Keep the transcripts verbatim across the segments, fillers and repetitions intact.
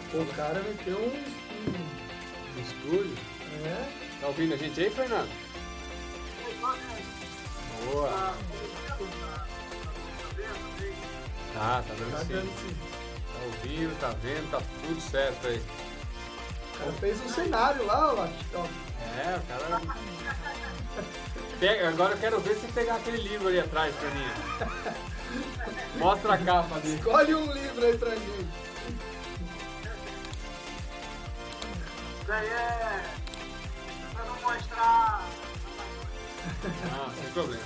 Pô, o cara meteu um, um... No estúdio. É. Tá ouvindo a gente aí, Fernando? Boa. Tá, tá dando Tá sim. dando sim. Tá ouvindo, tá vendo, tá tudo certo aí. O cara fez um cenário lá, ó. Ó. É, o cara... Pega, agora eu quero ver você pegar aquele livro ali atrás pra mim. Mostra a capa dele. Escolhe um livro aí pra gente. Isso aí é pra não mostrar. Ah, sem problema.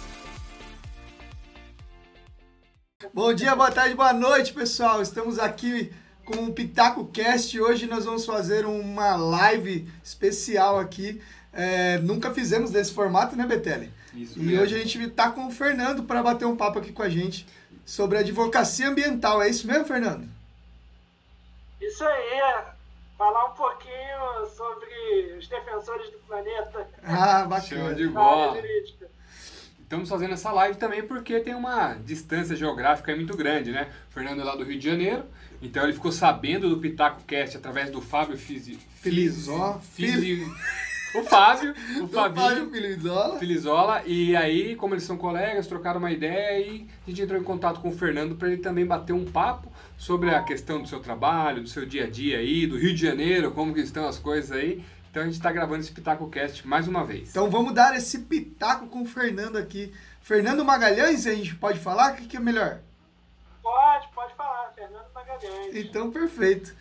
Bom dia, boa tarde, boa noite, pessoal. Estamos aqui com o Pitaco Cast. Hoje nós vamos fazer uma live especial aqui. É, nunca fizemos desse formato, né, Betelli? Isso e mesmo. hoje a gente está com o Fernando para bater um papo aqui com a gente sobre advocacia ambiental. É isso mesmo, Fernando? Isso aí, falar um pouquinho sobre os defensores do planeta. Ah, Show bacana. de na área bola. jurídica. Estamos fazendo essa live também porque tem uma distância geográfica muito grande, né? O Fernando é lá do Rio de Janeiro, então ele ficou sabendo do Pitaco Cast através do Fábio Fizi... Filizó. Fizi... O Fábio, o Do Fábio Fabinho Filizola. Filizola, e aí, como eles são colegas, trocaram uma ideia e a gente entrou em contato com o Fernando para ele também bater um papo sobre a questão do seu trabalho, do seu dia a dia aí, do Rio de Janeiro, como que estão as coisas aí. Então a gente está gravando esse Pitaco Cast mais uma vez. Então vamos dar esse pitaco com o Fernando aqui. Fernando Magalhães, a gente pode falar? O que, que é melhor? Pode, pode falar, Fernando Magalhães. Então, perfeito.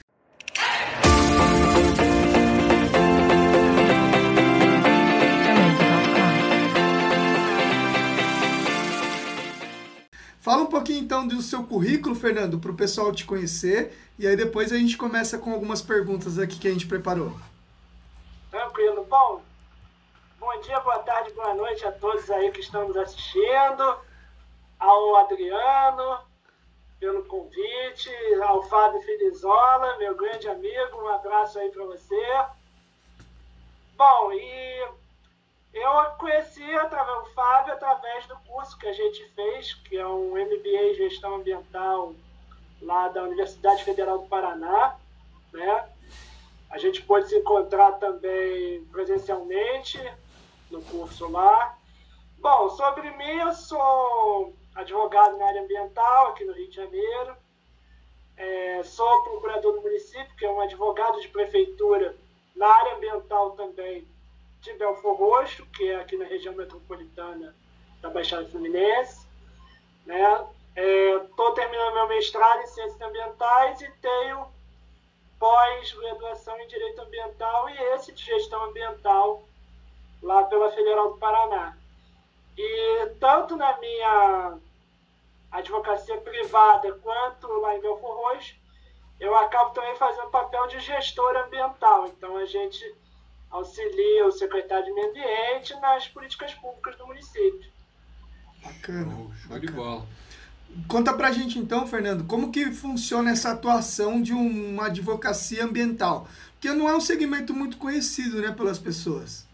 Fala um pouquinho então do seu currículo, Fernando, para o pessoal te conhecer. E aí depois a gente começa com algumas perguntas aqui que a gente preparou. Tranquilo. Bom, bom dia, boa tarde, boa noite a todos aí que estão nos assistindo. Ao Adriano, pelo convite. Ao Fábio Filizola, meu grande amigo. Um abraço aí para você. Bom, e... eu conheci através, o Fábio através do curso que a gente fez, que é um M B A em Gestão Ambiental lá da Universidade Federal do Paraná, né? A gente pôde se encontrar também presencialmente no curso lá. Bom, sobre mim, eu sou advogado na área ambiental aqui no Rio de Janeiro. É, sou procurador do município, que é um advogado de prefeitura na área ambiental também, de Belford Roxo, que é aqui na região metropolitana da Baixada Fluminense. Né? Estou é, terminando meu mestrado em Ciências Ambientais e tenho pós-graduação em Direito Ambiental e esse de Gestão Ambiental lá pela Federal do Paraná. E tanto na minha advocacia privada quanto lá em Belford Roxo, eu acabo também fazendo papel de gestor ambiental. Então, a gente auxilia o secretário de Meio Ambiente nas políticas públicas do município. Bacana. Show, show bacana. de bola. Conta pra gente então, Fernando, como que funciona essa atuação de uma advocacia ambiental? Porque não é um segmento muito conhecido, né, pelas pessoas.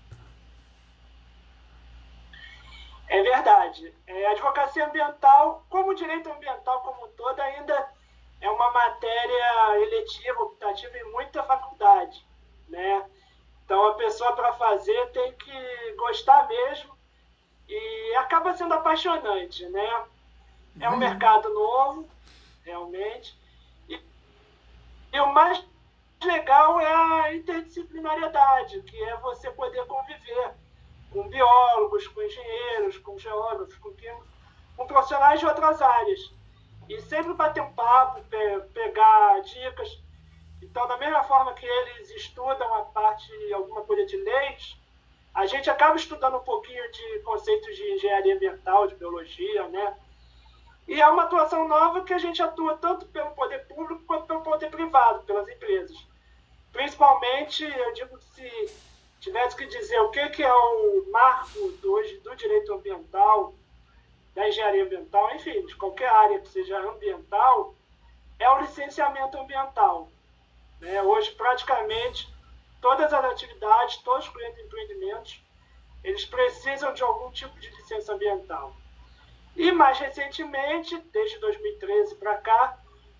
É verdade. É, a advocacia ambiental, como o direito ambiental como um todo, ainda é uma matéria eletiva, optativa em muita faculdade, né? Então, a pessoa, para fazer, tem que gostar mesmo e acaba sendo apaixonante, né? É um Uhum. mercado novo, realmente. E, e o mais legal é a interdisciplinariedade, que é você poder conviver com biólogos, com engenheiros, com geógrafos, com químicos, com profissionais de outras áreas. E sempre bater um papo, pe- pegar dicas. Então, da mesma forma que eles estudam a parte, alguma coisa de leis, a gente acaba estudando um pouquinho de conceitos de engenharia ambiental, de biologia, né? E é uma atuação nova que a gente atua tanto pelo poder público quanto pelo poder privado, pelas empresas. Principalmente, eu digo que se tivesse que dizer o que, que é o marco do, hoje do direito ambiental, da engenharia ambiental, enfim, de qualquer área que seja ambiental, é o licenciamento ambiental. Né? Hoje, praticamente, todas as atividades, todos os empreendimentos, eles precisam de algum tipo de licença ambiental. E, mais recentemente, desde dois mil e treze para cá,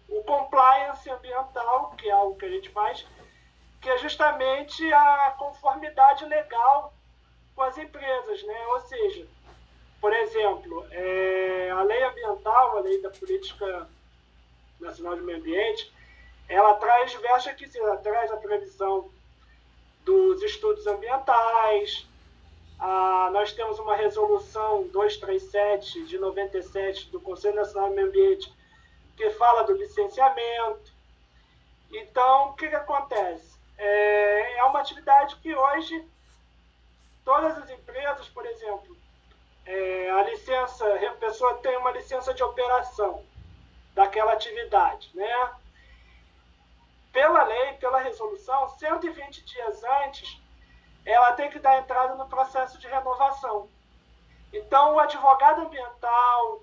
o compliance ambiental, que é algo que a gente faz, que é justamente a conformidade legal com as empresas, né? Ou seja, por exemplo, é, a lei ambiental, a lei da Política Nacional de Meio Ambiente, ela traz diversos requisitos, ela traz a previsão dos estudos ambientais, a, nós temos uma resolução duzentos e trinta e sete de noventa e sete do Conselho Nacional do Meio Ambiente, que fala do licenciamento. Então, o que, que acontece? É, é uma atividade que hoje todas as empresas, por exemplo, é, a licença, a pessoa tem uma licença de operação daquela atividade, né? Pela lei, pela resolução, cento e vinte dias antes, ela tem que dar entrada no processo de renovação. Então, o advogado ambiental,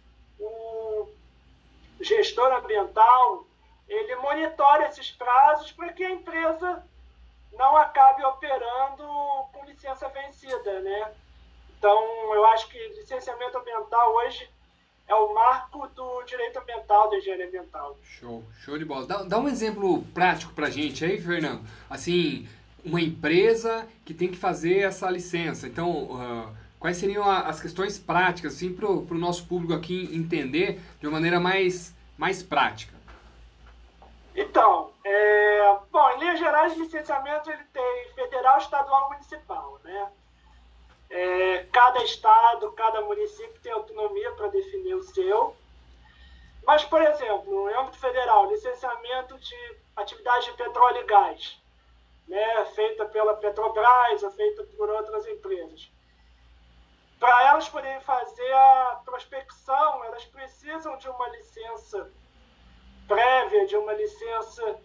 o gestor ambiental, ele monitora esses prazos para que a empresa não acabe operando com licença vencida, né? Então, eu acho que licenciamento ambiental hoje é o marco do direito ambiental, da engenharia ambiental. Show, show de bola. Dá, dá um exemplo prático pra gente aí, Fernando. Assim, uma empresa que tem que fazer essa licença. Então, uh, quais seriam a, as questões práticas, assim, pro, pro nosso público aqui entender de uma maneira mais, mais prática? Então, é, bom, em linhas gerais, licenciamento ele tem federal, estadual e municipal, né? É, cada estado, cada município tem autonomia para definir o seu. Mas, por exemplo, no âmbito federal, licenciamento de atividade de petróleo e gás, né, feita pela Petrobras ou feita por outras empresas. Para elas poderem fazer a prospecção, elas precisam de uma licença prévia, de uma licença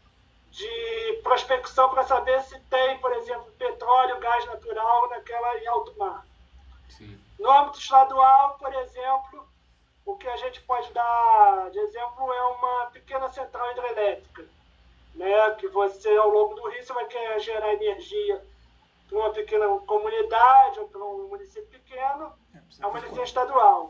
de prospecção para saber se tem, por exemplo, petróleo, gás natural naquela em alto mar. Sim. No âmbito estadual, por exemplo, o que a gente pode dar de exemplo é uma pequena central hidrelétrica, né, que você, ao longo do rio, você vai querer gerar energia para uma pequena comunidade ou para um município pequeno, é uma licença estadual.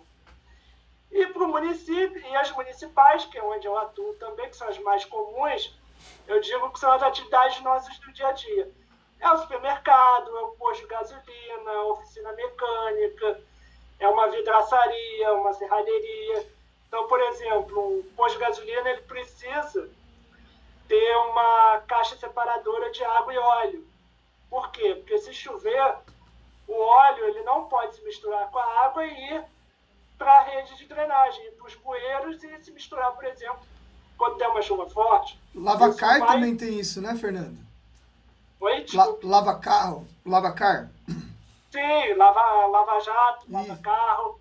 E para o município, e as municipais, que é onde eu atuo também, que são as mais comuns, eu digo que são as atividades nossas do dia a dia. É o supermercado, é o posto de gasolina, a oficina mecânica, é uma vidraçaria, uma serralheria. Então, por exemplo, um posto de gasolina ele precisa ter uma caixa separadora de água e óleo. Por quê? Porque se chover, o óleo ele não pode se misturar com a água e ir para a rede de drenagem, para os bueiros e se misturar, por exemplo, quando tem uma chuva forte. Lavacar vai... também tem isso, né, Fernando? Oi? La lava carro, lavacar. Sim, lava, lava jato, lava carro.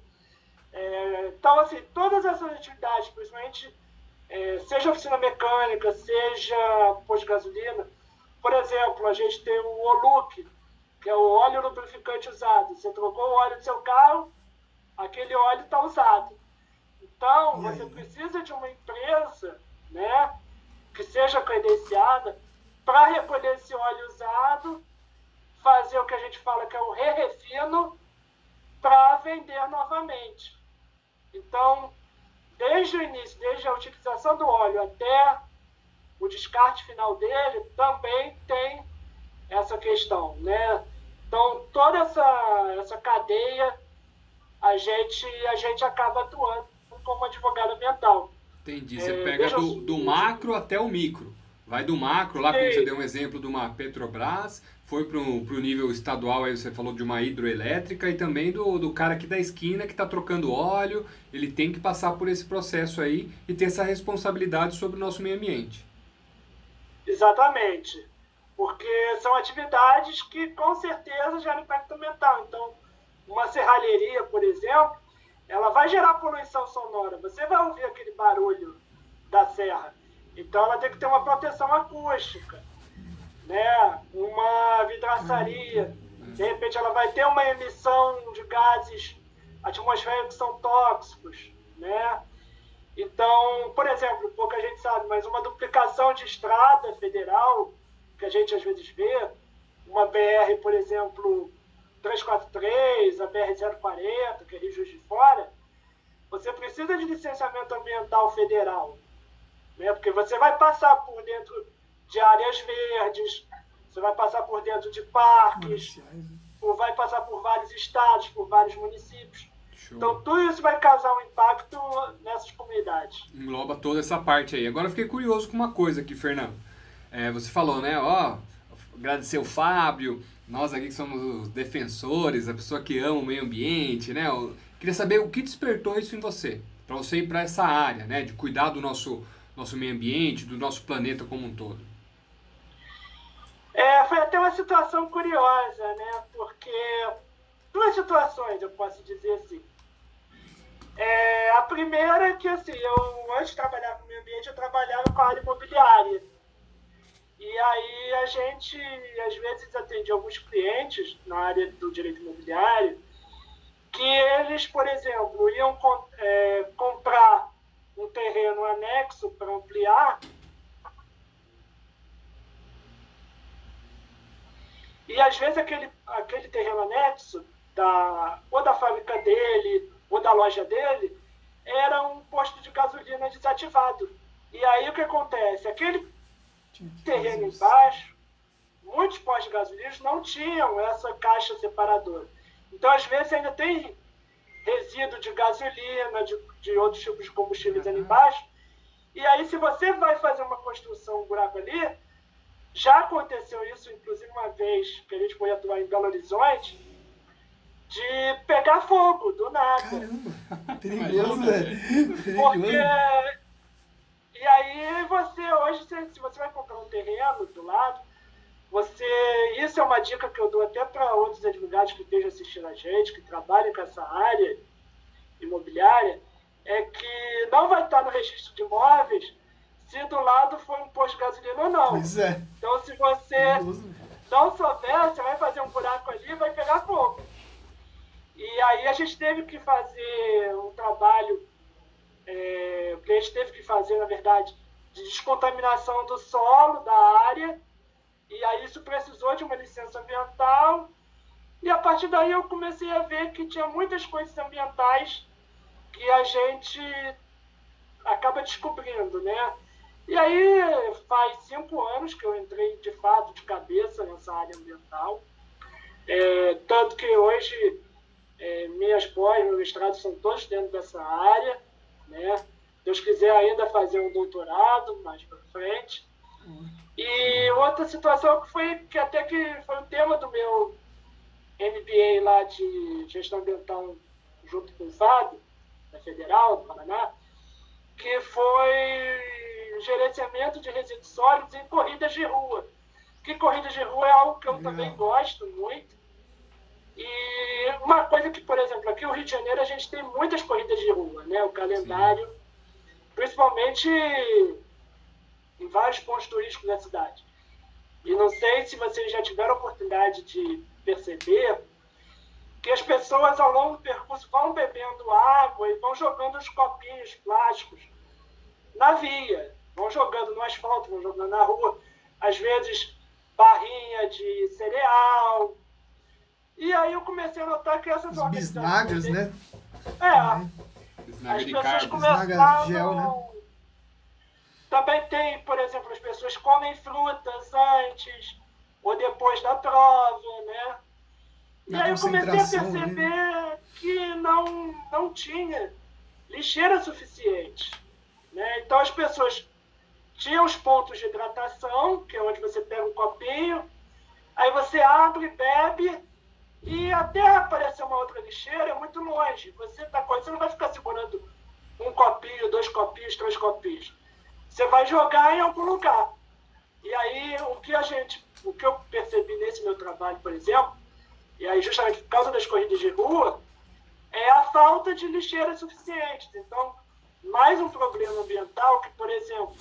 É, então, assim, todas essas atividades, principalmente, é, seja oficina mecânica, seja posto de gasolina, por exemplo, a gente tem o Oluc, que é o óleo lubrificante usado. Você trocou o óleo do seu carro, aquele óleo está usado. Então, você precisa de uma empresa, né, que seja credenciada para recolher esse óleo usado, fazer o que a gente fala que é o re-refino, para vender novamente. Então, desde o início, desde a utilização do óleo até o descarte final dele, também tem essa questão, né? Então, toda essa, essa cadeia, a gente, a gente acaba atuando como advogado ambiental. Entendi. Você É, pega deixa do, eu- do macro até o micro. Vai do macro, lá como Sim. você deu um exemplo de uma Petrobras, foi para o nível estadual, aí você falou de uma hidroelétrica, e também do, do cara aqui da esquina que está trocando óleo, ele tem que passar por esse processo aí e ter essa responsabilidade sobre o nosso meio ambiente. Exatamente. Porque são atividades que, com certeza, geram impacto ambiental. Então, uma serralheria, por exemplo, ela vai gerar poluição sonora. Você vai ouvir aquele barulho da serra. Então, ela tem que ter uma proteção acústica, né? Uma vidraçaria, de repente, ela vai ter uma emissão de gases atmosféricos que são tóxicos, né? Então, por exemplo, pouca gente sabe, mas uma duplicação de estrada federal, que a gente às vezes vê, uma B R, por exemplo, trezentos e quarenta e três, a B R zero quarenta, que é Rio Juiz de Fora, você precisa de licenciamento ambiental federal, né? Porque você vai passar por dentro de áreas verdes, você vai passar por dentro de parques, ou vai passar por vários estados, por vários municípios. Show. Então, tudo isso vai causar um impacto nessas comunidades. Engloba toda essa parte aí. Agora eu fiquei curioso com uma coisa aqui, Fernando. É, você falou, né? Ó, agradecer o Fábio, nós aqui que somos os defensores, a pessoa que ama o meio ambiente, né? Eu queria saber o que despertou isso em você, para você ir para essa área, né? De cuidar do nosso, nosso meio ambiente, do nosso planeta como um todo. É, foi até uma situação curiosa, né? Porque duas situações, eu posso dizer assim. É, a primeira é que, assim, eu, antes de trabalhar com o meio ambiente, eu trabalhava com a área imobiliária. E aí a gente, às vezes, atendia alguns clientes na área do direito imobiliário que eles, por exemplo, iam é, comprar um terreno anexo para ampliar. E, às vezes, aquele, aquele terreno anexo, da, ou da fábrica dele, ou da loja dele, era um posto de gasolina desativado. E aí, o que acontece? Aquele terreno embaixo, muitos postos de gasolina não tinham essa caixa separadora. Então, às vezes, ainda tem resíduo de gasolina, de, de outros tipos de combustíveis ali embaixo. E aí, se você vai fazer uma construção, um buraco ali, já aconteceu isso, inclusive uma vez que a gente foi atuar em Belo Horizonte, de pegar fogo do nada. Caramba, perigoso, velho. Porque... E aí você, hoje, se você vai comprar um terreno do lado, você... Isso é uma dica que eu dou até para outros advogados que estejam assistindo a gente, que trabalham com essa área imobiliária, é que não vai estar no registro de imóveis se do lado for um posto de gasolina ou não. Pois é. Então, se você não souber, você vai fazer um buraco ali e vai pegar fogo. E aí a gente teve que fazer um trabalho, é, o cliente teve que fazer, na verdade, de descontaminação do solo, da área, e aí isso precisou de uma licença ambiental, e a partir daí eu comecei a ver que tinha muitas coisas ambientais que a gente acaba descobrindo, né? E aí faz cinco anos que eu entrei de fato de cabeça nessa área ambiental, é, tanto que hoje é, minhas pós, meu mestrado são todos dentro dessa área, né? Deus quiser ainda fazer um doutorado mais para frente. E outra situação que foi que até que foi o tema do meu M B A lá de gestão ambiental junto com o Fábio, da Federal, do Paraná, que foi gerenciamento de resíduos sólidos em corridas de rua. Que corridas de rua é algo que eu Legal. também gosto muito. E uma coisa que, por exemplo, aqui no Rio de Janeiro a gente tem muitas corridas de rua, né? O calendário, sim, principalmente em vários pontos turísticos da cidade. E não sei se vocês já tiveram a oportunidade de perceber que as pessoas ao longo do percurso vão bebendo água e vão jogando os copinhos plásticos na via, vão jogando no asfalto, vão jogando na rua, às vezes barrinha de cereal. E aí eu comecei a notar que essas Os bisnagas, né? É, Bisnaga as de pessoas carbo. começavam... Bisnaga gel, né? Também tem, por exemplo, as pessoas comem frutas antes ou depois da prova, né? E Na aí eu comecei a concentração, perceber né? que não, não tinha lixeira suficiente, né? Então as pessoas tinham os pontos de hidratação, que é onde você pega um copinho, aí você abre, bebe, e até aparecer uma outra lixeira é muito longe. Você tá, você não vai ficar segurando um copinho, dois copinhos, três copinhos. Você vai jogar em algum lugar. E aí o que a gente, o que eu percebi nesse meu trabalho, por exemplo, e aí justamente por causa das corridas de rua, é a falta de lixeiras suficientes. Então, mais um problema ambiental que, por exemplo,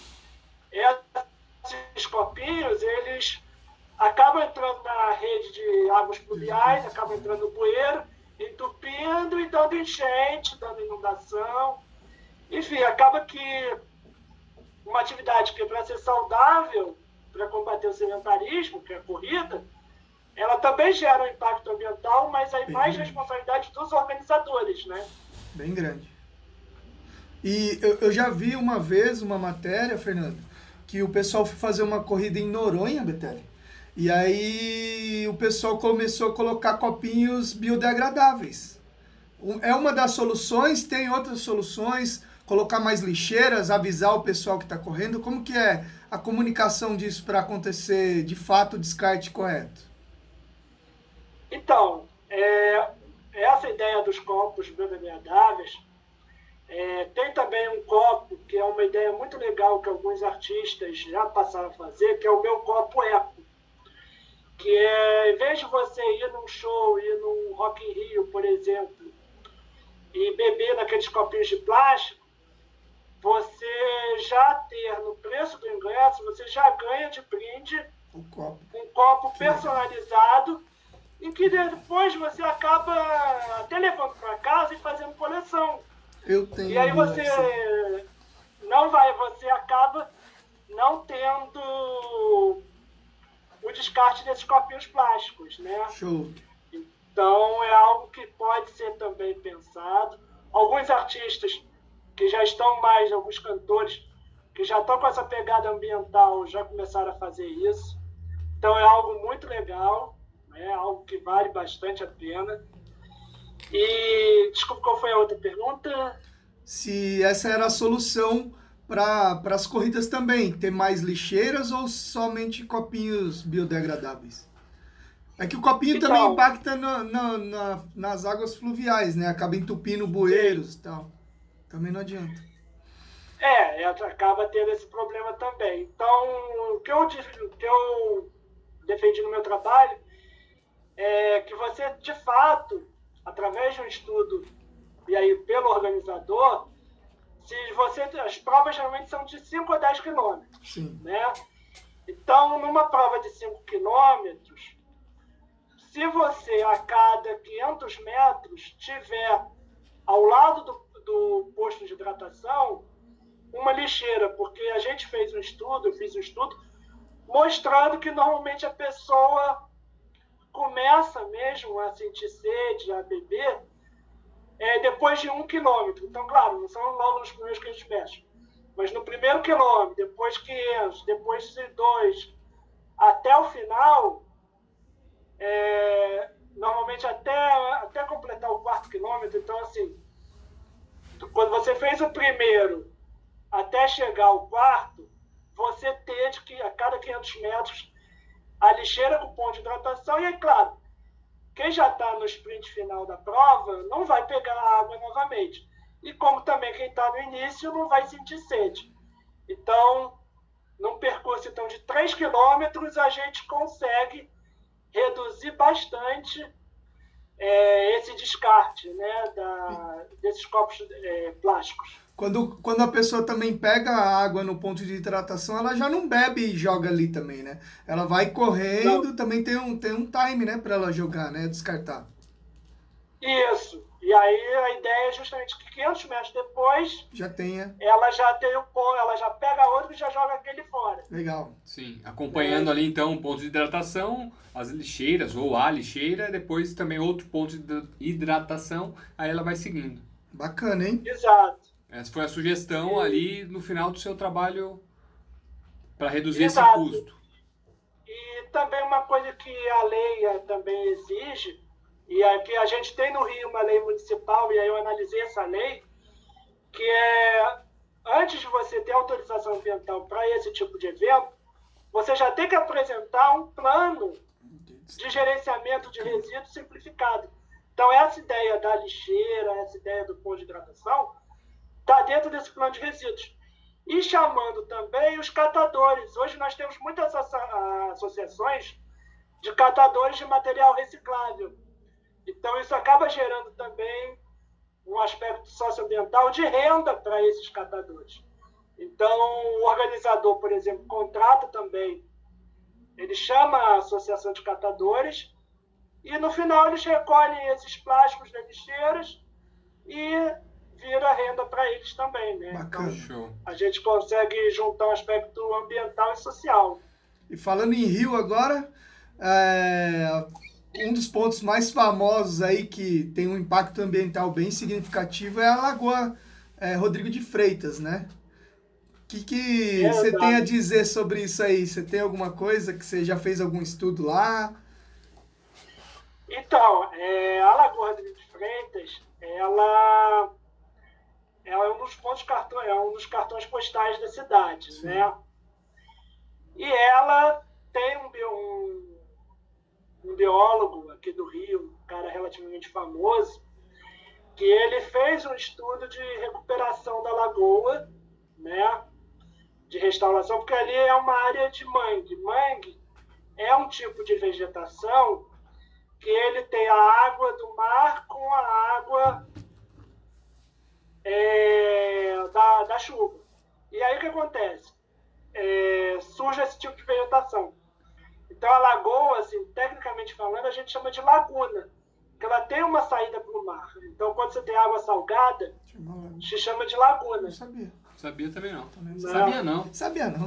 esses copinhos, eles acabam entrando na rede de águas pluviais, acabam entrando no bueiro, entupindo e dando enchente, dando inundação. Enfim, acaba que uma atividade que é para ser saudável, para combater o sedentarismo, que é a corrida, ela também gera um impacto ambiental, mas aí mais responsabilidade dos organizadores, né? Bem grande. E eu, eu já vi uma vez uma matéria, Fernando, que o pessoal foi fazer uma corrida em Noronha, Betelli. E aí o pessoal começou a colocar copinhos biodegradáveis. Um- É uma das soluções, tem outras soluções, colocar mais lixeiras, avisar o pessoal que está correndo. Como que é a comunicação disso para acontecer de fato o descarte correto? Então, é, essa ideia dos copos biodegradáveis, é, tem também um copo que é uma ideia muito legal que alguns artistas já passaram a fazer, que é o meu copo eco. Que é, em vez de você ir num show, ir num Rock in Rio, por exemplo, e beber naqueles copinhos de plástico, você já ter no preço do ingresso, você já ganha de brinde O copo. um copo personalizado e que depois você acaba até levando para casa e fazendo coleção. Eu tenho. E aí uma você dessa. não vai, você acaba não tendo o descarte desses copinhos plásticos, né? Show. Então é algo que pode ser também pensado. Alguns artistas que já estão mais, alguns cantores que já estão com essa pegada ambiental já começaram a fazer isso. Então é algo muito legal, né? Algo que vale bastante a pena. E desculpa, qual foi a outra pergunta? Se essa era a solução para as corridas também, ter mais lixeiras ou somente copinhos biodegradáveis? É que o copinho Então, também impacta no- no- na- nas águas fluviais, né? Acaba entupindo bueiros e tal. Também não adianta. É, é, acaba tendo esse problema também. Então, o que eu, dif- o que eu defendi no meu trabalho é que você, de fato, através de um estudo, e aí pelo organizador, se você, as provas geralmente são de cinco a dez quilômetros, Sim. né? Então, numa prova de cinco quilômetros, se você a cada quinhentos metros tiver ao lado do, do posto de hidratação uma lixeira, porque a gente fez um estudo, eu fiz um estudo, mostrando que normalmente a pessoa começa mesmo a sentir sede, a beber, é, depois de um quilômetro. Então, claro, não são logo nos primeiros quinhentos metros, mas no primeiro quilômetro, depois quinhentos, depois de dois, até o final, é, normalmente até, até completar o quarto quilômetro. Então, assim, quando você fez o primeiro até chegar ao quarto, você ter de que a cada quinhentos metros a lixeira com ponto de hidratação. E é claro, quem já está no sprint final da prova não vai pegar a água novamente. E como também quem está no início não vai sentir sede. Então, num percurso então, de três quilômetros, a gente consegue reduzir bastante é, esse descarte, né, da, desses copos é, plásticos. Quando, quando a pessoa também pega a água no ponto de hidratação, ela já não bebe e joga ali também, né? Ela vai correndo, Não. também tem um, tem um time, né, para ela jogar, né, descartar. Isso. E aí a ideia é justamente que quinhentos metros depois, Já tenha. ela já tem o pó, ela já pega outro e já joga aquele fora. Legal. Sim, acompanhando ali então um ponto de hidratação, as lixeiras ou a lixeira, depois também outro ponto de hidratação, aí ela vai seguindo. Bacana, hein? Exato. Essa foi a sugestão ali no final do seu trabalho para reduzir Exato. esse custo. E também uma coisa que a lei eh, também exige, e aqui a gente tem no Rio uma lei municipal, e aí eu analisei essa lei, que é, antes de você ter autorização ambiental para esse tipo de evento, você já tem que apresentar um plano de gerenciamento de resíduos simplificado. Então, essa ideia da lixeira, essa ideia do ponto de hidratação, está dentro desse plano de resíduos. E chamando também os catadores. Hoje nós temos muitas associações de catadores de material reciclável. Então, isso acaba gerando também um aspecto socioambiental de renda para esses catadores. Então, o organizador, por exemplo, contrata também, ele chama a associação de catadores e, no final, eles recolhem esses plásticos das lixeiras e vira renda para eles também, né? Bacana. Então, Show. a gente consegue juntar um aspecto ambiental e social. E falando em Rio agora, é, um dos pontos mais famosos aí que tem um impacto ambiental bem significativo é a Lagoa é, Rodrigo de Freitas, né? O que, que É, você tá. tem a dizer sobre isso aí? Você tem alguma coisa que você já fez algum estudo lá? Então, é, a Lagoa Rodrigo de Freitas, ela, ela é um dos pontos cartões, é um dos cartões postais da cidade, Sim. né? E ela tem um, bio- um, um biólogo aqui do Rio, um cara relativamente famoso, que ele fez um estudo de recuperação da lagoa, né? De restauração, porque ali é uma área de mangue. Mangue é um tipo de vegetação que ele tem a água do mar com a água é, da, da chuva. E aí o que acontece? É, surge esse tipo de vegetação. Então a lagoa, assim, tecnicamente falando, a gente chama de laguna, porque ela tem uma saída para o mar. Então quando você tem água salgada, se chama de laguna. Não sabia. Sabia também não. Também Não. Sabia não. Sabia não.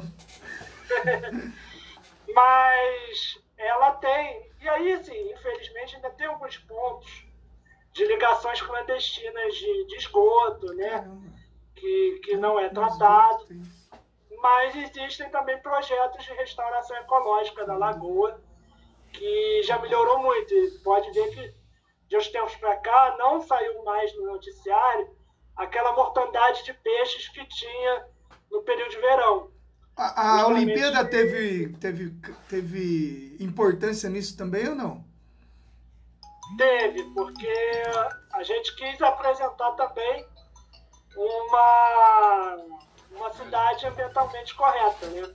Mas ela tem, e aí, assim, infelizmente ainda tem alguns pontos de ligações clandestinas de, de esgoto, né? Caramba. Que, que não é Mas tratado. tem- Mas existem também projetos de restauração ecológica da lagoa, que já melhorou muito. E pode ver que, de uns tempos para cá, não saiu mais no noticiário aquela mortandade de peixes que tinha no período de verão. A, a Justamente- Olimpíada teve, teve, teve importância nisso também ou não? Teve, porque a gente quis apresentar também uma, uma cidade ambientalmente correta, né?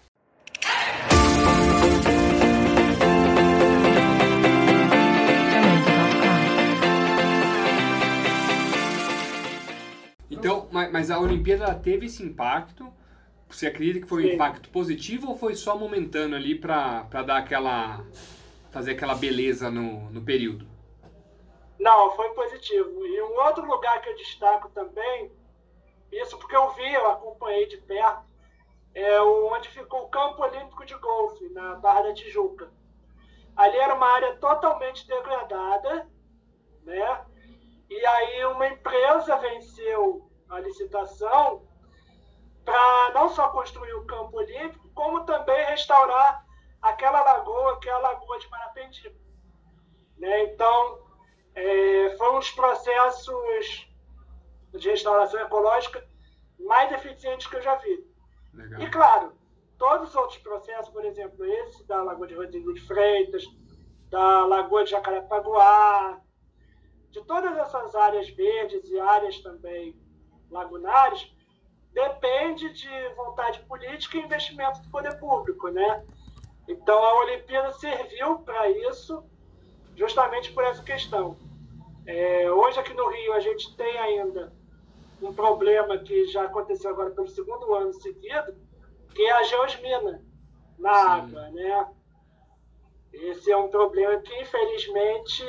Então, mas, mas a Olimpíada ela teve esse impacto. Você acredita que foi um Sim. impacto positivo ou foi só momentâneo ali para para dar aquela fazer aquela beleza no, no período? Não, foi positivo. E um outro lugar que eu destaco também, isso porque eu vi, eu acompanhei de perto, é onde ficou o Campo Olímpico de Golfe, na Barra da Tijuca. Ali era uma área totalmente degradada, né? E aí uma empresa venceu a licitação para não só construir o Campo Olímpico, como também restaurar aquela lagoa, que é a Lagoa de Marapendi. Né? Então, é, foi um dos processos de restauração ecológica mais eficientes que eu já vi. Legal. E, claro, todos os outros processos, por exemplo, esse da Lagoa de Rodrigo de Freitas, da Lagoa de Jacarepaguá, de todas essas áreas verdes e áreas também lagunares, depende de vontade política e investimento do poder público, né? Então, a Olimpíada serviu para isso, justamente por essa questão. É, hoje, aqui no Rio, a gente tem ainda um problema que já aconteceu agora pelo segundo ano seguido, que é a geosmina na Sim. água, né? Esse é um problema que, infelizmente,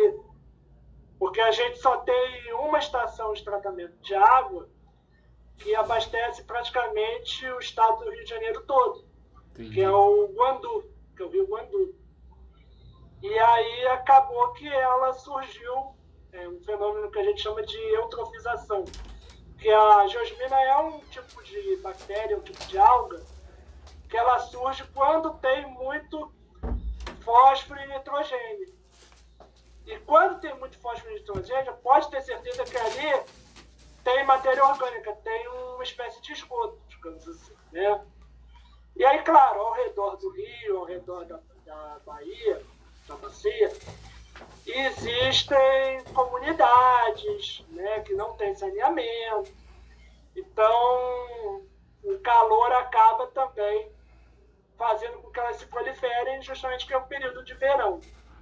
porque a gente só tem uma estação de tratamento de água que abastece praticamente o estado do Rio de Janeiro todo, Entendi. que é o Guandu, que é o Rio Guandu. E aí acabou que ela surgiu, é um fenômeno que a gente chama de eutrofização, que a geosmina é um tipo de bactéria, um tipo de alga, que ela surge quando tem muito fósforo e nitrogênio. E quando tem muito fósforo e nitrogênio, pode ter certeza que ali tem matéria orgânica, tem uma espécie de esgoto, digamos assim, né? E aí, claro, ao redor do rio, ao redor da, da Bahia, da bacia, existem comunidades, né, que não têm saneamento. Então, o calor acaba também fazendo com que elas se proliferem, justamente que é o período de verão.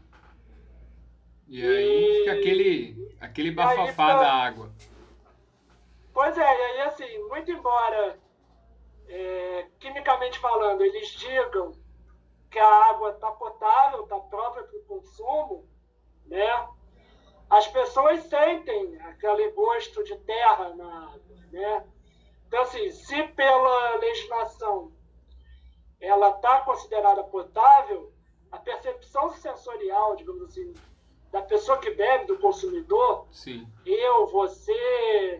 E aí fica aquele, aquele bafafá fica- da água. Pois é, e aí assim, muito embora, é, quimicamente falando, eles digam que a água está potável, está própria para o consumo, né? As pessoas sentem aquele gosto de terra na água, né? Então, assim, se pela legislação ela está considerada potável, a percepção sensorial, digamos assim, da pessoa que bebe, do consumidor, Sim. eu, você,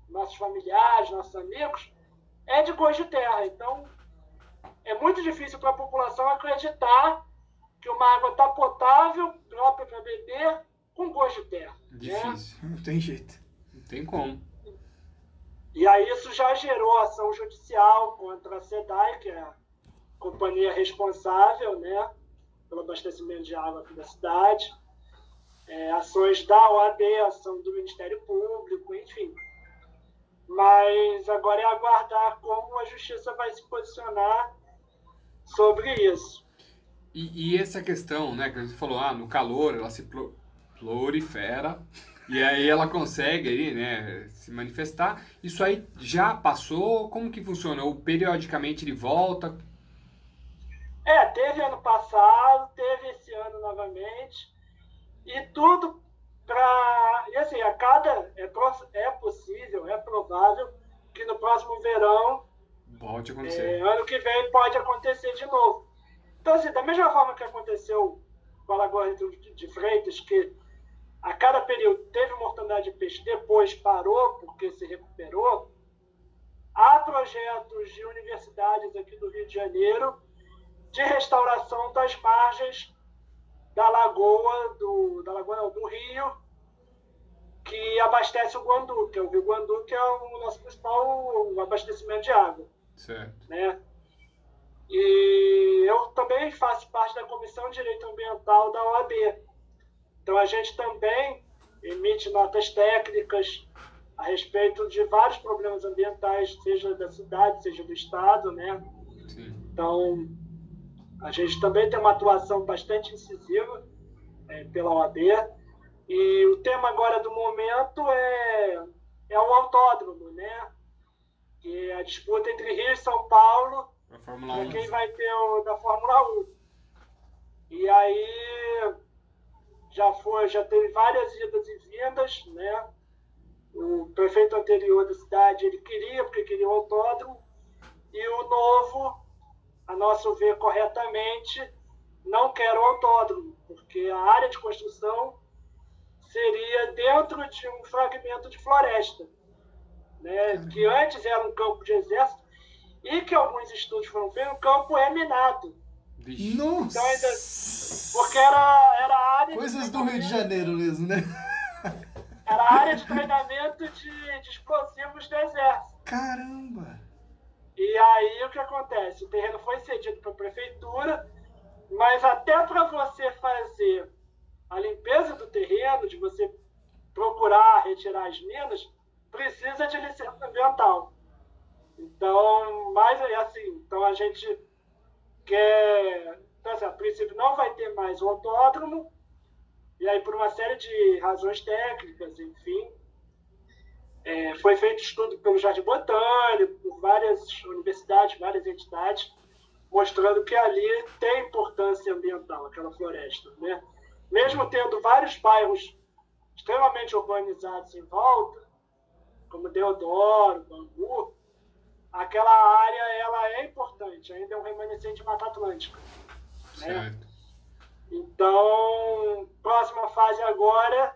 nossos familiares, nossos amigos, é de gosto de terra. Então, é muito difícil para a população acreditar que uma água está potável, própria para beber, com gosto de terra. Difícil. Né? Não tem jeito. Não tem como. E aí isso já gerou ação judicial contra a SEDAI, que é a companhia responsável, né, pelo abastecimento de água aqui da cidade. É, ações da O A B, ação do Ministério Público, enfim. Mas agora é aguardar como a Justiça vai se posicionar sobre isso. E, e essa questão, né, que a gente falou, ah, no calor ela se prolifera e aí ela consegue aí, né, se manifestar. Isso aí já passou? Como que funciona? Ou periodicamente ele volta? É, teve ano passado, teve esse ano novamente. E tudo para... E assim, a cada... É, é possível, é provável que no próximo verão, Volte a acontecer. É, ano que vem, pode acontecer de novo. Então, assim, da mesma forma que aconteceu com a Lagoa de, de Freitas, que a cada período teve mortandade de peixe, depois parou porque se recuperou, há projetos de universidades aqui do Rio de Janeiro de restauração das margens da lagoa, do, da lagoa do rio, que abastece o Guandu, que é o Rio Guandu, que é o nosso principal abastecimento de água. Certo. Né? E eu também faço parte da Comissão de Direito Ambiental da O A B. Então a gente também emite notas técnicas a respeito de vários problemas ambientais, seja da cidade, seja do estado, né? Sim. Então a gente também tem uma atuação bastante incisiva é, pela O A B. E o tema agora do momento é, é o autódromo, né? Que é a disputa entre Rio e São Paulo, para quem vai ter o da Fórmula um. E aí já foi, já teve várias idas e vindas, né? O prefeito anterior da cidade, ele queria, porque queria o autódromo, e o novo, a nosso ver corretamente, não quer o autódromo, porque a área de construção seria dentro de um fragmento de floresta, né? Que antes era um campo de exército, e que alguns estudos foram feitos, o campo é minado. Nossa! Então, ainda, porque era, era a área... Coisas do Rio de Janeiro mesmo, né? Era a área de treinamento de, de explosivos do exército. Caramba! E aí o que acontece? O terreno foi cedido para a prefeitura, mas até para você fazer a limpeza do terreno, de você procurar retirar as minas, precisa de licença ambiental. Então, mas assim, então a gente quer... Então, assim, a princípio não vai ter mais o autódromo, e aí por uma série de razões técnicas, enfim, é, foi feito estudo pelo Jardim Botânico, por várias universidades, várias entidades, mostrando que ali tem importância ambiental, aquela floresta, né? Mesmo tendo vários bairros extremamente urbanizados em volta, como Deodoro, Bangu, aquela área ela é importante, ainda é um remanescente de Mata Atlântica. Né? Certo. Então, próxima fase agora,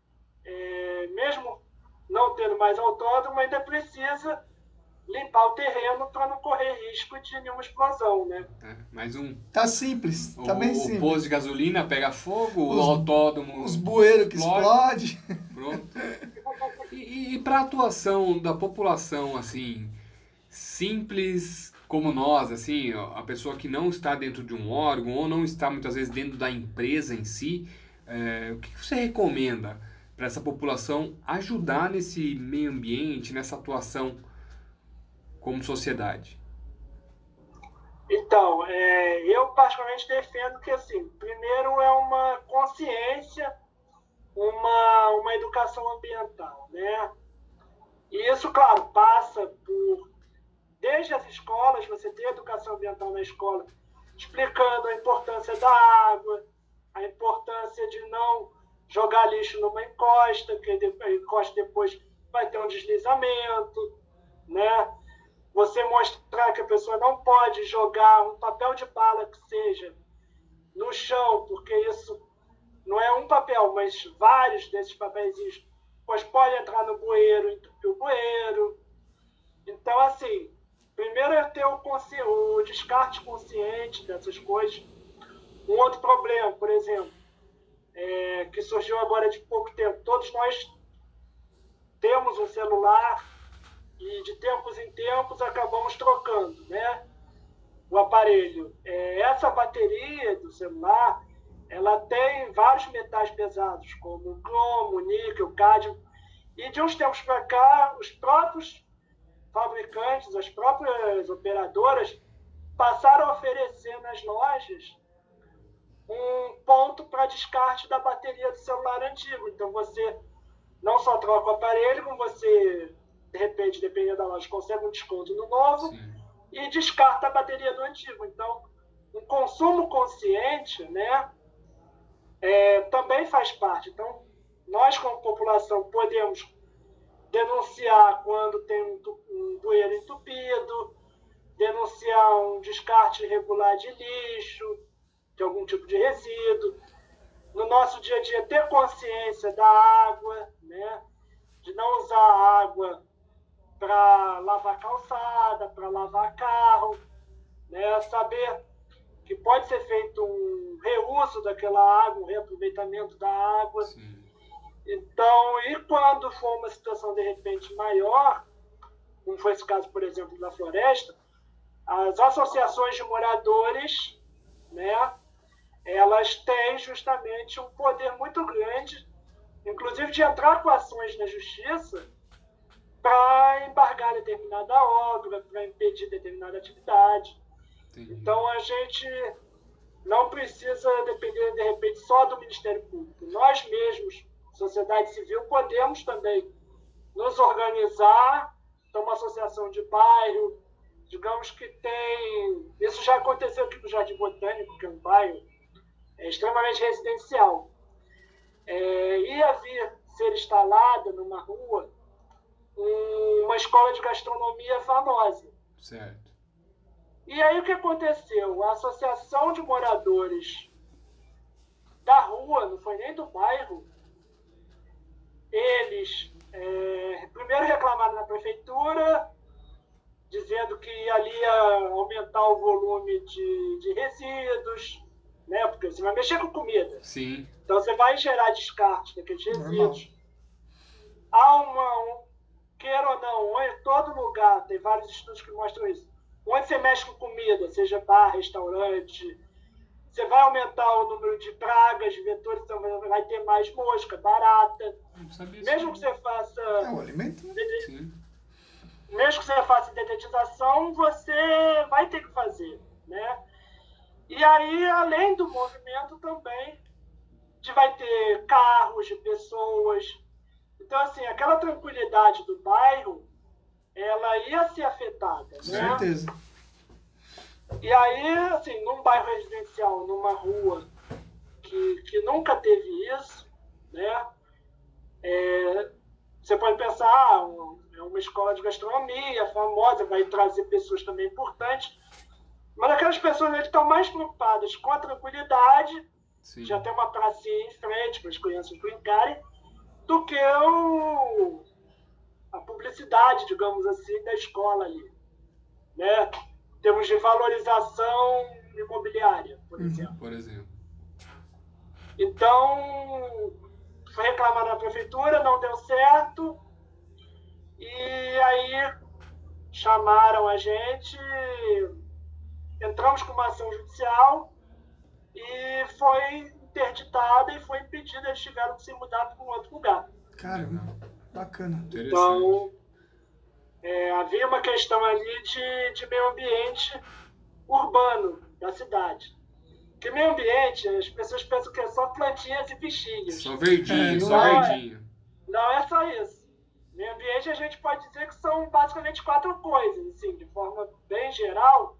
é, mesmo não tendo mais autódromo, ainda precisa limpar o terreno para não correr risco de nenhuma explosão, né? É, mais um. Tá simples, tá o, bem o simples. posto de gasolina pega fogo, Os- o autódromo... Os bueiros que explode. explodem. Pronto. E, e, e para a atuação da população, assim, simples como nós, assim, ó, a pessoa que não está dentro de um órgão ou não está muitas vezes dentro da empresa em si, é, o que você recomenda para essa população ajudar nesse meio ambiente, nessa atuação como sociedade? Então, é, eu particularmente defendo que, assim, primeiro é uma consciência, uma, uma educação ambiental, né? E isso, claro, passa por, desde as escolas, você ter educação ambiental na escola, explicando a importância da água, a importância de não jogar lixo numa encosta, porque a encosta depois vai ter um deslizamento, né? Você mostrar que a pessoa não pode jogar um papel de bala que seja no chão, porque isso não é um papel, mas vários desses papéis pois pode entrar no bueiro e entupir o bueiro. Então, assim, primeiro é ter o, consci... o descarte consciente dessas coisas. Um outro problema, por exemplo, é, que surgiu agora de pouco tempo, todos nós temos um celular e de tempos em tempos acabamos trocando, né, o aparelho. É, essa bateria do celular, ela tem vários metais pesados, como o cromo, o níquel, o cádmio, e de uns tempos para cá, os próprios fabricantes, as próprias operadoras passaram a oferecer nas lojas um ponto para descarte da bateria do celular antigo. Então você não só troca o aparelho, como você, de repente, dependendo da loja, consegue um desconto no novo. Sim. E descarta a bateria do antigo. Então, um consumo consciente, né, é, também faz parte. Então, nós, como população, podemos denunciar quando tem um, um bueiro entupido, denunciar um descarte irregular de lixo, de algum tipo de resíduo. No nosso dia a dia, ter consciência da água, né, de não usar a água para lavar calçada, para lavar carro, né? Saber que pode ser feito um reuso daquela água, um reaproveitamento da água. Sim. Então, e quando for uma situação de repente maior, como foi esse caso, por exemplo, da floresta, as associações de moradores, né, elas têm justamente um poder muito grande, inclusive de entrar com ações na justiça, para embargar determinada obra, para impedir determinada atividade. Entendi. Então, a gente não precisa depender, de repente, só do Ministério Público. Nós mesmos, sociedade civil, podemos também nos organizar, então, uma associação de bairro, digamos que tem... Isso já aconteceu aqui no Jardim Botânico, que é um bairro é, extremamente residencial. É, ia vir ser instalada numa rua uma escola de gastronomia famosa. Certo. E aí o que aconteceu? A associação de moradores da rua, não foi nem do bairro, eles é, primeiro reclamaram na prefeitura, dizendo que ali ia aumentar o volume de, de resíduos, né? Porque você vai mexer com comida. Sim. Então você vai gerar descarte daqueles resíduos. Há uma... Um, queira ou não, em todo lugar, tem vários estudos que mostram isso. Onde você mexe com comida, seja bar, restaurante, você vai aumentar o número de pragas, de vetores, então vai ter mais mosca, barata. Mesmo que você faça... É um alimento. Sim. Mesmo que você faça dedetização, você vai ter que fazer, né? E aí, além do movimento também, a gente vai ter carros de pessoas. Então, assim, aquela tranquilidade do bairro, ela ia ser afetada, né? Com certeza. E aí, assim, num bairro residencial, numa rua que, que nunca teve isso, né? É, você pode pensar, ah, é uma escola de gastronomia famosa, vai trazer pessoas também importantes, mas aquelas pessoas que estão mais preocupadas com a tranquilidade, Sim. já tem uma pracinha em frente para as crianças brincarem, do que o, a publicidade, digamos assim, da escola ali, né? Em termos de valorização imobiliária, por uhum. exemplo. Por exemplo. Então, foi reclamar na prefeitura, não deu certo, e aí chamaram a gente, entramos com uma ação judicial e foi interditada e foi impedida, eles tiveram que se mudar para um outro lugar. Caramba, bacana. Então, é, havia uma questão ali de, de meio ambiente urbano da cidade. Porque meio ambiente, as pessoas pensam que é só plantinhas e bichinhos. Só verdinho, é, só não verdinho. É, não é só isso. Meio ambiente a gente pode dizer que são basicamente quatro coisas, assim, de forma bem geral.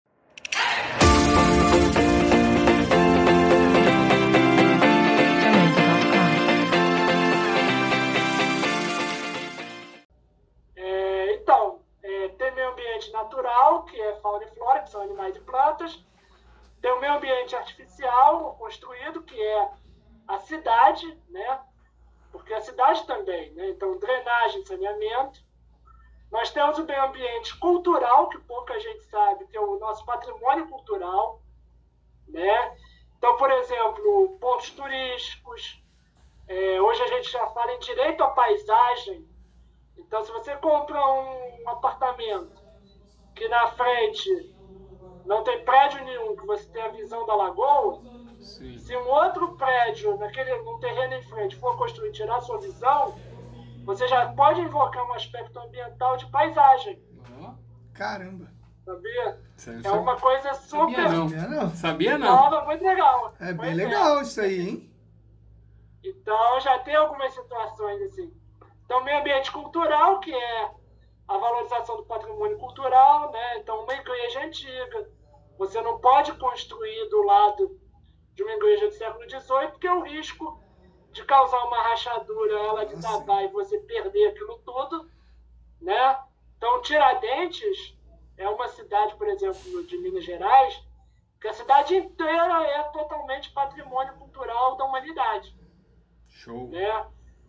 É, então, é, tem meio ambiente natural, que é fauna e flora, que são animais e plantas. Tem o meio ambiente artificial, construído, que é a cidade, né? porque a cidade também, né? Então, drenagem, saneamento. Nós temos o meio ambiente cultural, que pouca gente sabe, que é o nosso patrimônio cultural, né? Então, por exemplo, pontos turísticos. É, hoje a gente já fala em direito à paisagem. Então, se você compra um apartamento que na frente não tem prédio nenhum, que você tem a visão da lagoa, Sim. se um outro prédio, naquele, no terreno em frente, for construído e tirar a sua visão, você já pode invocar um aspecto ambiental de paisagem. Oh. Caramba. Sabia? Sério, É uma coisa super Sabia não. Sabia não. Sabia não. nova, muito legal. É bem Pois legal isso aí, hein? Então, já tem algumas situações assim. Então, meio ambiente cultural, que é a valorização do patrimônio cultural, né? Então, uma igreja antiga, você não pode construir do lado de uma igreja do século dezoito, porque é o risco de causar uma rachadura, ela desabar e você perder aquilo tudo, né? Então, Tiradentes é uma cidade, por exemplo, de Minas Gerais, que a cidade inteira é totalmente patrimônio cultural da humanidade. Show. Né?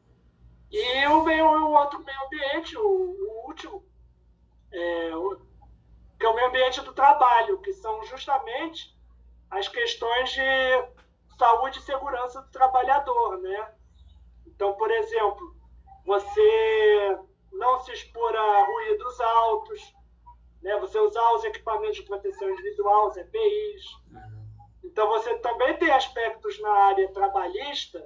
E o, meio, o outro meio ambiente, o, o último, é, o, que é o meio ambiente do trabalho, que são justamente as questões de saúde e segurança do trabalhador, né? Então, por exemplo, você não se expor a ruídos altos, né? Você usar os equipamentos de proteção individual, os E P Is. Então, você também tem aspectos na área trabalhista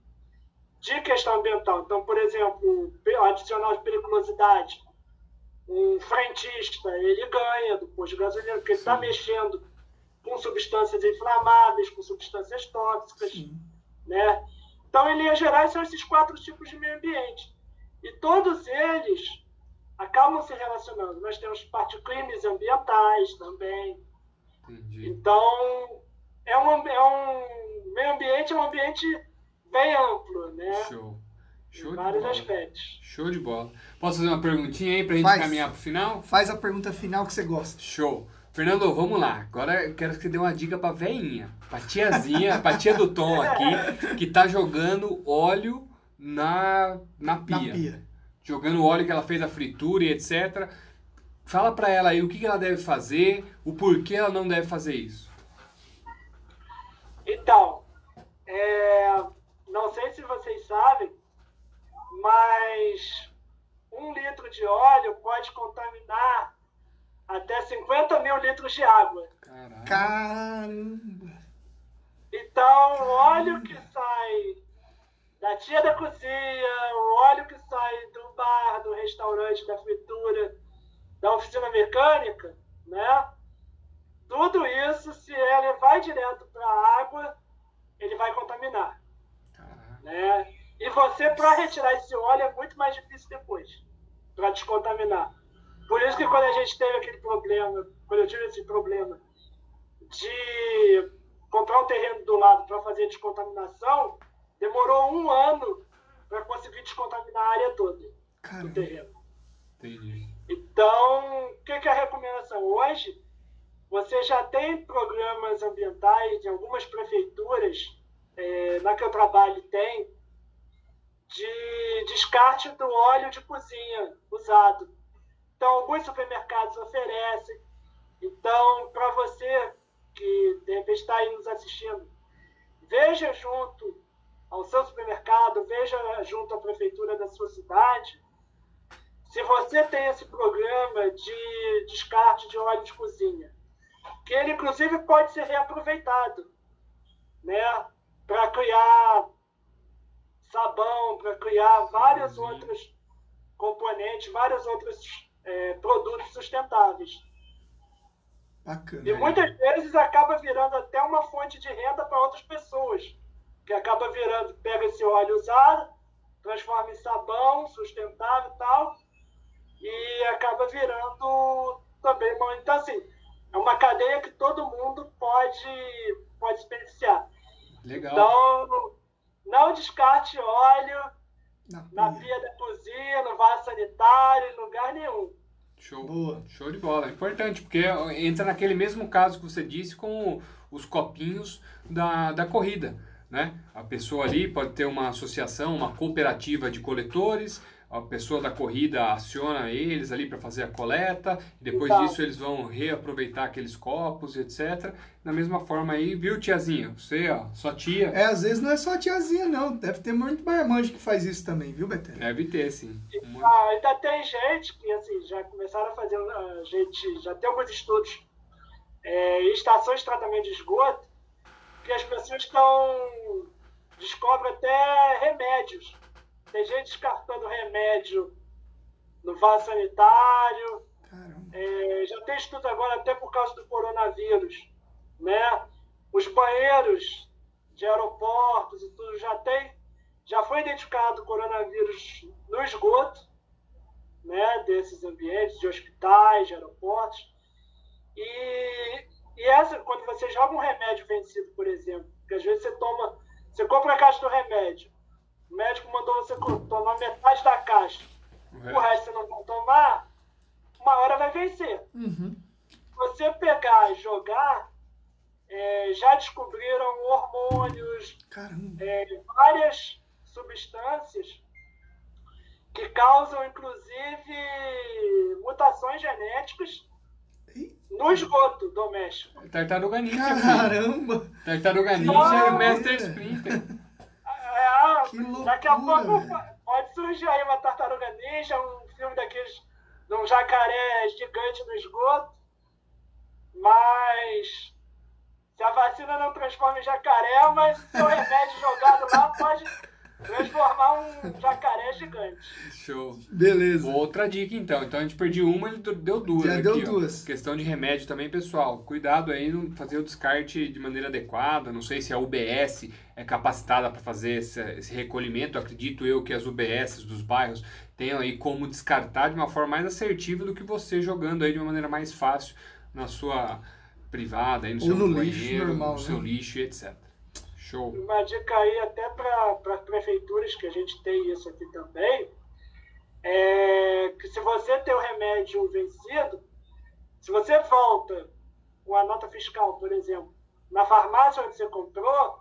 de questão ambiental. Então, por exemplo, adicional de periculosidade. Um frentista, ele ganha do posto de gasolina, porque ele está mexendo com substâncias inflamáveis, com substâncias tóxicas. Sim. Né? Então, em linhas gerais, são esses quatro tipos de meio ambiente. E todos eles acabam se relacionando. Nós temos parte de crimes ambientais também. Entendi. Então, é um, é um meio ambiente, é um ambiente bem amplo, né? Show. Show Em de vários bola. aspectos. Show de bola. Posso fazer uma perguntinha aí pra gente Faz. caminhar pro final? Faz a pergunta final que você gosta. Show. Fernando, vamos lá. Agora eu quero que você dê uma dica pra veinha, pra tiazinha, pra tia do Tom aqui, que tá jogando óleo na, na pia. Na pia. Jogando o óleo que ela fez a fritura e etcétera. Fala pra ela aí o que ela deve fazer, o porquê ela não deve fazer isso. Então, é, não sei se vocês sabem, mas um litro de óleo pode contaminar até cinquenta mil litros de água. Caraca. Caramba. Então, o óleo que sai da tia da cozinha, o óleo que sai do bar, do restaurante, da fritura, da oficina mecânica, né? Tudo isso, se ele vai direto para a água, ele vai contaminar. Caraca. Né? E você, para retirar esse óleo, é muito mais difícil depois, para descontaminar. Por isso que quando a gente teve aquele problema, quando eu tive esse problema de comprar um terreno do lado para fazer descontaminação, demorou um ano para conseguir descontaminar a área toda do Caramba. terreno. Entendi. Então, o que, que é a recomendação? Hoje, você já tem programas ambientais em algumas prefeituras, é, na que eu trabalho tem, de descarte do óleo de cozinha usado. Então, alguns supermercados oferecem. Então, para você que de repente está aí nos assistindo, veja junto ao seu supermercado, veja junto à prefeitura da sua cidade, se você tem esse programa de descarte de óleo de cozinha, que ele inclusive pode ser reaproveitado, né, para criar sabão, para criar vários outros componentes, vários outros é, produtos sustentáveis. Bacana. E muitas vezes acaba virando até uma fonte de renda para outras pessoas, que acaba virando, pega esse óleo usado, transforma em sabão sustentável e tal, e acaba virando também uma... Então, assim, é uma cadeia que todo mundo pode, pode se beneficiar. Legal. Então, não descarte óleo Na pia. na pia da cozinha, no vaso sanitário, em lugar nenhum. Show. Boa. Show de bola. É importante, porque entra naquele mesmo caso que você disse com os copinhos da, da corrida. né? A pessoa ali pode ter uma associação, uma cooperativa de coletores, a pessoa da corrida aciona eles ali para fazer a coleta, e depois Então. disso eles vão reaproveitar aqueles copos, etcétera. Da mesma forma aí, viu, tiazinha? Você, ó, sua tia. É, às vezes não é só a tiazinha, não. Deve ter muito marmanjo que faz isso também, viu, Betânia? Deve ter, sim. Muito... Ah, ainda tem gente que, assim, já começaram a fazer, a gente já tem alguns estudos é, em estações de tratamento de esgoto, que as pessoas estão, descobrem até remédios. Tem gente descartando remédio no vaso sanitário. É, já tem estudo agora até por causa do coronavírus, né? Os banheiros de aeroportos e tudo já tem, já foi identificado o coronavírus no esgoto, né? Desses ambientes, de hospitais, de aeroportos. E, e essa, quando você joga um remédio vencido, por exemplo, que às vezes você toma, você compra a caixa do remédio, o médico mandou você tomar metade da caixa. Uhum. O resto você não vai tomar, uma hora vai vencer. Uhum. Você pegar e jogar, é, já descobriram hormônios, é, várias substâncias que causam, inclusive, mutações genéticas no esgoto doméstico. Tartaruga Ninja. Caramba! Filho. Tartaruga Ninja e o Master Splinter. É, que loucura, daqui a pouco velho. Pode surgir aí uma Tartaruga Ninja, um filme daqueles, de um jacaré gigante no esgoto, mas se a vacina não transforma em jacaré, mas seu remédio jogado lá pode transformar um jacaré gigante. Show. Beleza. Outra dica então. Então a gente perdeu uma, ele deu duas. Já aqui, deu ó. duas. Questão de remédio também, pessoal. Cuidado aí não fazer o descarte de maneira adequada. Não sei se a U B S é capacitada para fazer esse, esse recolhimento. Acredito eu que as U B S dos bairros tenham aí como descartar de uma forma mais assertiva do que você jogando aí de uma maneira mais fácil na sua privada, aí no Ou seu no banheiro, lixo normal, no seu né? lixo, etcétera. Show. Uma dica aí até para as prefeituras, que a gente tem isso aqui também, é que se você tem o remédio vencido, se você volta com a nota fiscal, por exemplo, na farmácia onde você comprou,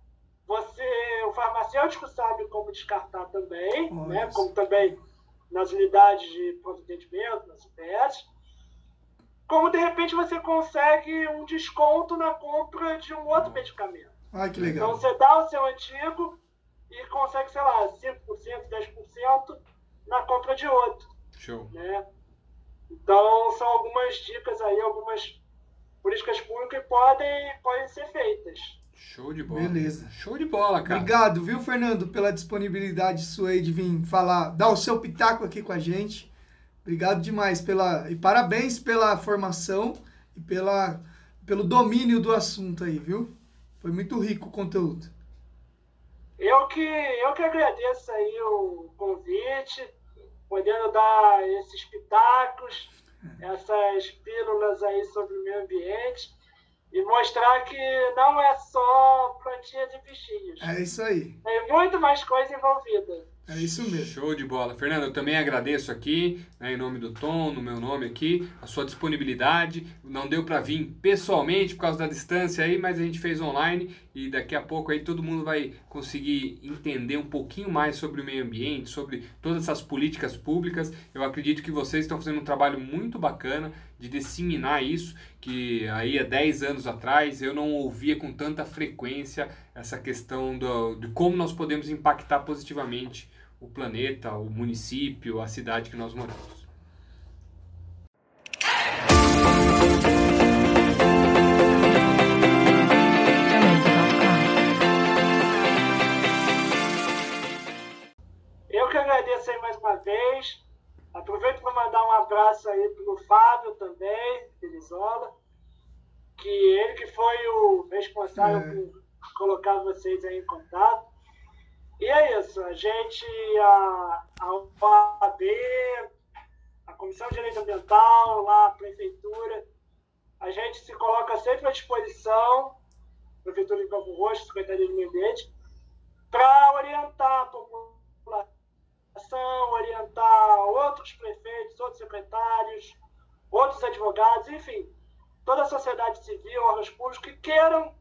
você, o farmacêutico sabe como descartar também, né? Como também nas unidades de pronto atendimento, nas U P S, como de repente você consegue um desconto na compra de um outro medicamento. Ah, que legal. Então você dá o seu antigo e consegue, sei lá, cinco por cento, dez por cento na compra de outro. Show. Né? Então são algumas dicas aí, algumas políticas públicas que podem, podem ser feitas. Show de bola. Beleza. Show de bola, cara. Obrigado, viu, Fernando, pela disponibilidade sua aí de vir falar, dar o seu pitaco aqui com a gente. Obrigado demais pela e parabéns pela formação e pela, pelo domínio do assunto aí, viu? Foi muito rico o conteúdo. Eu que, eu que agradeço aí o convite, podendo dar esses pitacos, essas pílulas aí sobre o meio ambiente e mostrar que não é só plantinhas e bichinhos. É isso aí. Tem muito mais coisa envolvida. É isso mesmo. Show de bola. Fernando, eu também agradeço aqui, né, em nome do Tom, no meu nome aqui, a sua disponibilidade. Não deu para vir pessoalmente por causa da distância aí, mas a gente fez online e daqui a pouco aí todo mundo vai conseguir entender um pouquinho mais sobre o meio ambiente, sobre todas essas políticas públicas. Eu acredito que vocês estão fazendo um trabalho muito bacana de disseminar isso, que aí há dez anos atrás eu não ouvia com tanta frequência essa questão do, de como nós podemos impactar positivamente o planeta, o município, a cidade que nós moramos. Eu que agradeço aí mais uma vez. Aproveito para mandar um abraço aí para o Fábio também, Elizola, que ele que foi o responsável é. por colocar vocês aí em contato. E é isso, a gente, a, a O A B, a Comissão de Direito Ambiental, lá a Prefeitura, a gente se coloca sempre à disposição, Prefeitura de Campo Roxo, Secretaria de Meio Ambiente, para orientar a população, orientar outros prefeitos, outros secretários, outros advogados, enfim, toda a sociedade civil, órgãos públicos que queiram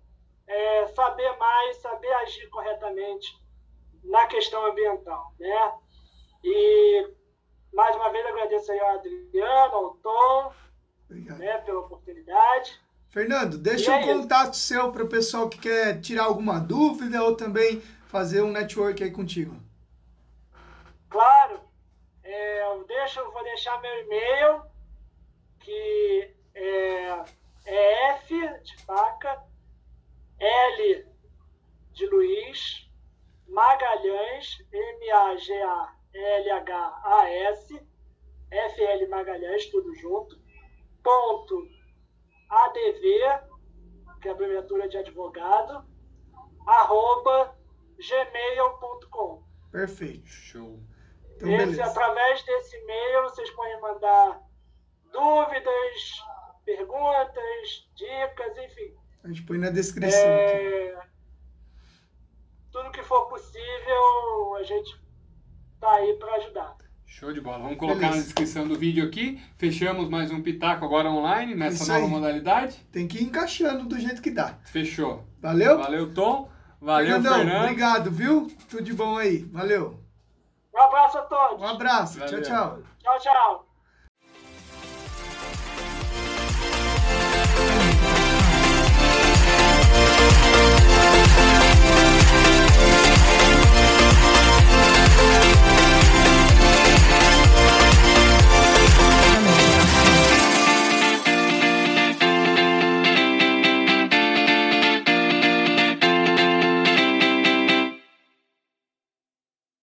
é, saber mais, saber agir corretamente na questão ambiental, né? E, mais uma vez, agradeço aí ao Adriano, ao Tom, né, pela oportunidade. Fernando, deixa é um contato isso. seu para o pessoal que quer tirar alguma dúvida ou também fazer um network aí contigo. Claro. É, eu, deixo, eu vou deixar meu e-mail, que é, é F de faca, L de Luiz, Magalhães, M A G A L H A S, F L Magalhães, tudo junto, ponto A D V, que é a abreviatura de advogado, arroba gmail ponto com. Perfeito. Show. Então, Esse, beleza. através desse e-mail, vocês podem mandar dúvidas, perguntas, dicas, enfim. A gente põe na descrição É, aqui. Tudo que for possível, a gente tá aí para ajudar. Show de bola. Vamos colocar Beleza. na descrição do vídeo aqui. Fechamos mais um Pitaco agora online, nessa Isso nova aí. modalidade. Tem que ir encaixando do jeito que dá. Fechou. Valeu? Valeu, Tom. Valeu, Fernandão, Fernando. obrigado, viu? Tudo de bom aí. Valeu. Um abraço a todos. Um abraço. Valeu. Tchau, tchau. Tchau, tchau.